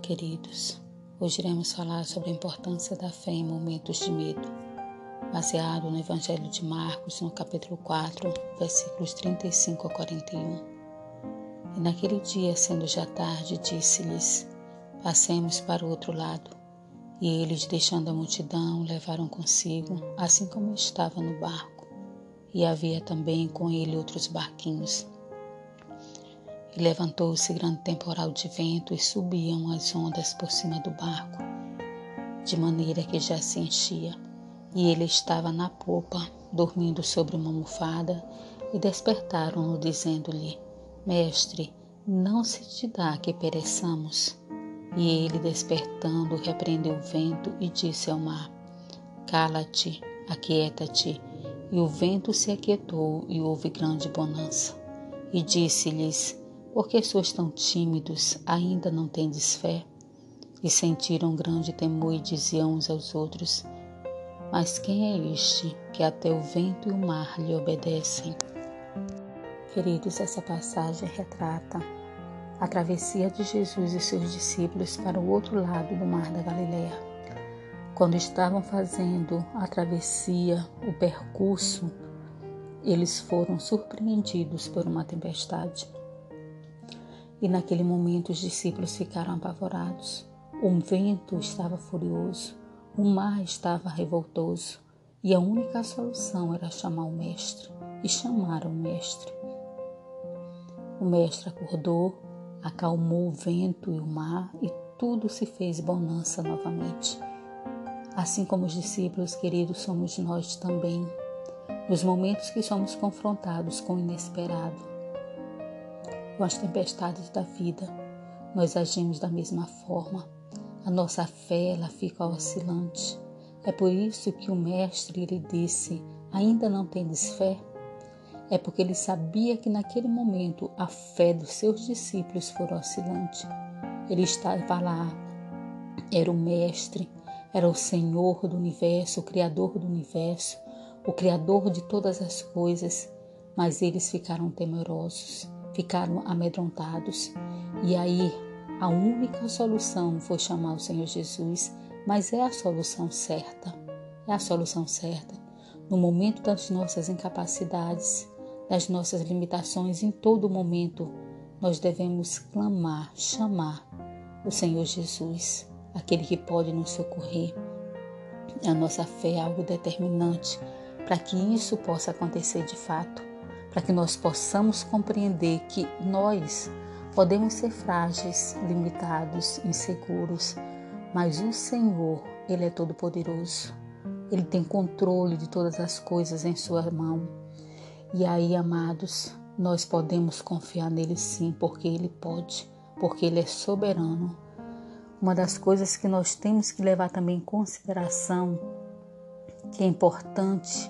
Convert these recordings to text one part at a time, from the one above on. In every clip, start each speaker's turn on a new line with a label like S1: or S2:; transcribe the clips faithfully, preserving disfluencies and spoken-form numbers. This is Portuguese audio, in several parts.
S1: queridos. Hoje iremos falar sobre a importância da fé em momentos de medo, baseado no Evangelho de Marcos, no capítulo quatro, versículos trinta e cinco a quarenta e um. E naquele dia, sendo já tarde, disse-lhes: passemos para o outro lado. E eles, deixando a multidão, levaram consigo, assim como estava no barco. E havia também com ele outros barquinhos. E levantou-se grande temporal de vento e subiam as ondas por cima do barco, de maneira que já se enchia. E ele estava na popa, dormindo sobre uma almofada, e despertaram-no, dizendo-lhe: Mestre, não se te dá que pereçamos? E ele, despertando, repreendeu o vento e disse ao mar: Cala-te, aquieta-te. E o vento se aquietou e houve grande bonança. E disse-lhes: Por que sois tão tímidos, ainda não tendes fé? E sentiram grande temor e diziam uns aos outros: Mas quem é este que até o vento e o mar lhe obedecem? Queridos, essa passagem retrata a travessia de Jesus e seus discípulos para o outro lado do mar da Galileia. Quando estavam fazendo a travessia, o percurso, eles foram surpreendidos por uma tempestade. E naquele momento os discípulos ficaram apavorados. O vento estava furioso, o mar estava revoltoso, e a única solução era chamar o mestre. E chamaram o mestre. O mestre acordou, acalmou o vento e o mar, e tudo se fez bonança novamente. Assim como os discípulos, queridos, somos nós também, nos momentos que somos confrontados com o inesperado, com as tempestades da vida, nós agimos da mesma forma. A nossa fé, ela fica oscilante. É por isso que o mestre lhe disse: ainda não tendes fé? É porque ele sabia que naquele momento a fé dos seus discípulos foi oscilante. Ele estava lá, era o mestre, era o Senhor do universo, o Criador do universo, o Criador de todas as coisas, mas eles ficaram temerosos, ficaram amedrontados. E aí a única solução foi chamar o Senhor Jesus, mas é a solução certa, é a solução certa. No momento das nossas incapacidades, das nossas limitações, em todo momento, nós devemos clamar, chamar o Senhor Jesus, aquele que pode nos socorrer. A nossa fé é algo determinante para que isso possa acontecer de fato, para que nós possamos compreender que nós podemos ser frágeis, limitados, inseguros, mas o Senhor, Ele é todo-poderoso. Ele tem controle de todas as coisas em sua mão. E aí, amados, nós podemos confiar nele sim, porque Ele pode, porque Ele é soberano. Uma das coisas que nós temos que levar também em consideração, que é importante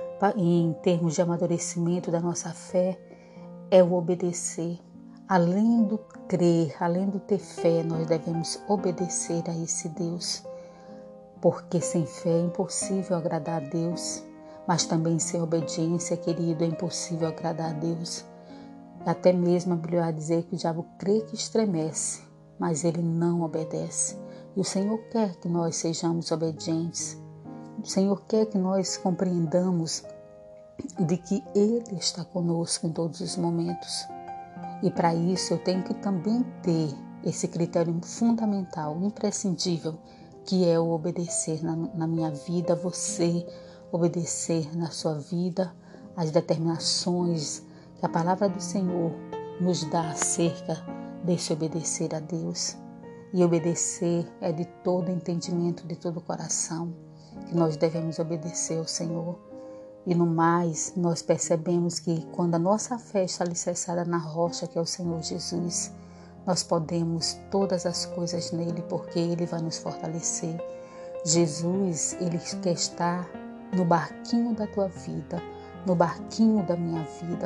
S1: em termos de amadurecimento da nossa fé, é o obedecer. Além do crer, além do ter fé, nós devemos obedecer a esse Deus. Porque sem fé é impossível agradar a Deus, mas também sem obediência, querido, é impossível agradar a Deus. Até mesmo a Bíblia vai dizer que o diabo crê que estremece, mas ele não obedece. E o Senhor quer que nós sejamos obedientes. O Senhor quer que nós compreendamos de que Ele está conosco em todos os momentos. E para isso eu tenho que também ter esse critério fundamental, imprescindível, que é o obedecer na, na minha vida, você obedecer na sua vida as determinações que a palavra do Senhor nos dá acerca desse obedecer a Deus. E obedecer é de todo entendimento, de todo coração, que nós devemos obedecer ao Senhor. E no mais, nós percebemos que quando a nossa fé está alicerçada na rocha, que é o Senhor Jesus, nós podemos todas as coisas nele, porque Ele vai nos fortalecer. Jesus, Ele quer estar no barquinho da tua vida, no barquinho da minha vida.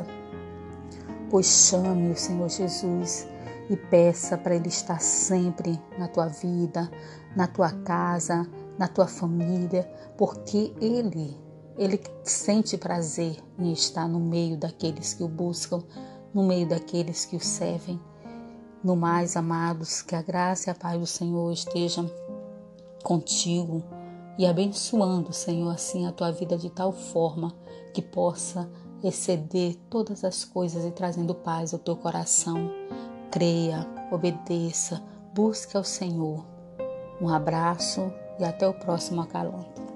S1: Pois chame o Senhor Jesus e peça para Ele estar sempre na tua vida, na tua casa, na tua família, porque Ele, Ele sente prazer em estar no meio daqueles que o buscam, no meio daqueles que o servem. No mais, amados, que a graça e a paz do Senhor estejam contigo e abençoando, Senhor, assim a tua vida de tal forma que possa exceder todas as coisas e trazendo paz ao teu coração. Creia, obedeça, busque ao Senhor. Um abraço e até o próximo Acalanto.